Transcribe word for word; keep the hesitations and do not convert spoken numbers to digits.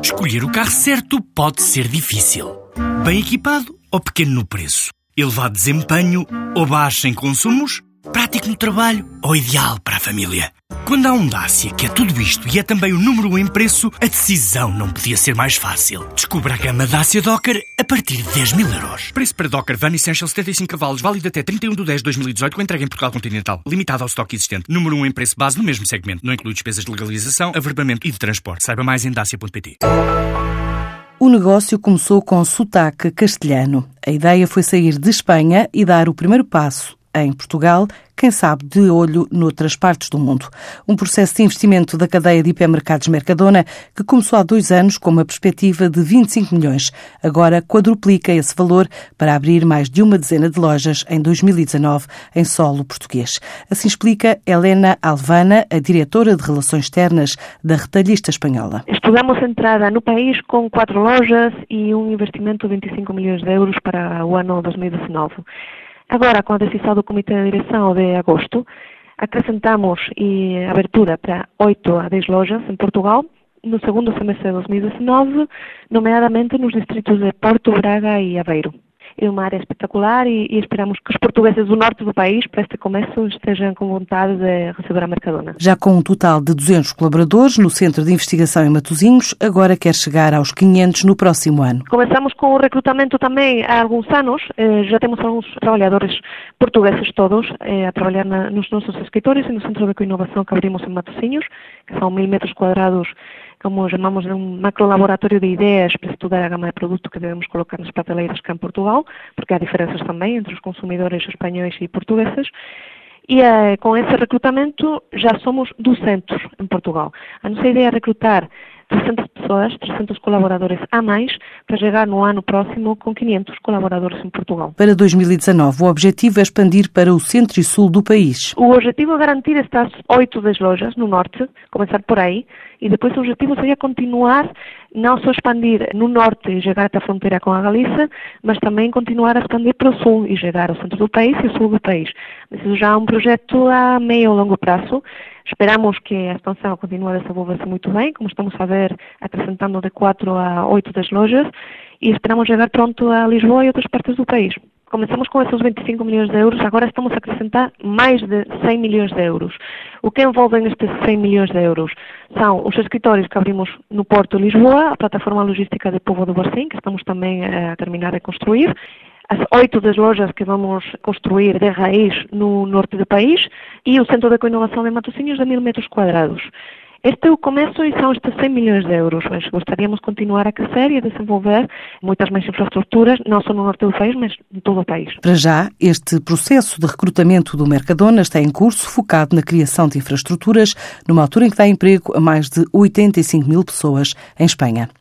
Escolher o carro certo pode ser difícil. Bem equipado ou pequeno no preço? Elevado desempenho ou baixo em consumos? Prático no trabalho ou ideal para a família? Quando há um Dacia que é tudo isto e é também o número um em preço, a decisão não podia ser mais fácil. Descubra a gama Dacia Docker a partir de dez mil euros. Preço para Docker Van Essential setenta e cinco cavalos, válido até trinta e um de dez de dois mil e dezoito, com entrega em Portugal Continental. Limitado ao estoque existente. Número um em preço base no mesmo segmento. Não inclui despesas de legalização, averbamento e de transporte. Saiba mais em dacia ponto pt. O negócio começou com sotaque castelhano. A ideia foi sair de Espanha e dar o primeiro passo em Portugal, quem sabe de olho noutras partes do mundo. Um processo de investimento da cadeia de hipermercados Mercadona que começou há dois anos com uma perspectiva de vinte e cinco milhões. Agora quadruplica esse valor para abrir mais de uma dezena de lojas em dois mil e dezanove em solo português. Assim explica Helena Alvana, a diretora de Relações Externas da retalhista espanhola. Estudamos a entrada no país com quatro lojas e um investimento de vinte e cinco milhões de euros para o ano dois mil e dezenove. Agora, com a decisão do Comitê de Direção de agosto, acrescentamos a abertura para oito a dez lojas em Portugal no segundo semestre de dois mil e dezenove, nomeadamente nos distritos de Porto, Braga e Aveiro. É uma área espetacular e, e esperamos que os portugueses do norte do país, para este começo, estejam com vontade de receber a Mercadona. Já com um total de duzentos colaboradores no Centro de Investigação em Matosinhos, agora quer chegar aos quinhentos no próximo ano. Começamos com o recrutamento também há alguns anos. Eh, já temos alguns trabalhadores portugueses todos eh, a trabalhar na, nos nossos escritórios e no Centro de Coinovação que abrimos em Matosinhos, que são mil metros quadrados, como chamamos de um macro-laboratório de ideias para estudar a gama de produtos que devemos colocar nas prateleiras cá em Portugal, porque há diferenças também entre os consumidores espanhóis e portugueses. E eh, com esse recrutamento já somos duzentos em Portugal. A nossa ideia é recrutar trezentas pessoas, trezentos colaboradores a mais, para chegar no ano próximo com quinhentos colaboradores em Portugal. Para dois mil e dezanove, o objetivo é expandir para o centro e sul do país. O objetivo é garantir estas oito das lojas no norte, começar por aí, e depois o objetivo seria continuar, não só expandir no norte e chegar até a fronteira com a Galícia, mas também continuar a expandir para o sul e chegar ao centro do país e ao sul do país. Isso já é um projeto a meio e longo prazo. Esperamos que a expansão continue a desenvolver-se muito bem, como estamos a ver, acrescentando de quatro a oito das lojas, e esperamos chegar pronto a Lisboa e outras partes do país. Começamos com esses vinte e cinco milhões de euros, agora estamos a acrescentar mais de cem milhões de euros. O que envolvem estes cem milhões de euros? São os escritórios que abrimos no Porto de Lisboa, a plataforma logística de Póvoa do Varzim, que estamos também a terminar de construir, as oito das lojas que vamos construir de raiz no norte do país e o Centro de Coinovação de Matosinhos de mil metros quadrados. Este é o começo e são estes cem milhões de euros, mas gostaríamos de continuar a crescer e a desenvolver muitas mais infraestruturas, não só no norte do país, mas em todo o país. Para já, este processo de recrutamento do Mercadona está em curso, focado na criação de infraestruturas, numa altura em que dá emprego a mais de oitenta e cinco mil pessoas em Espanha.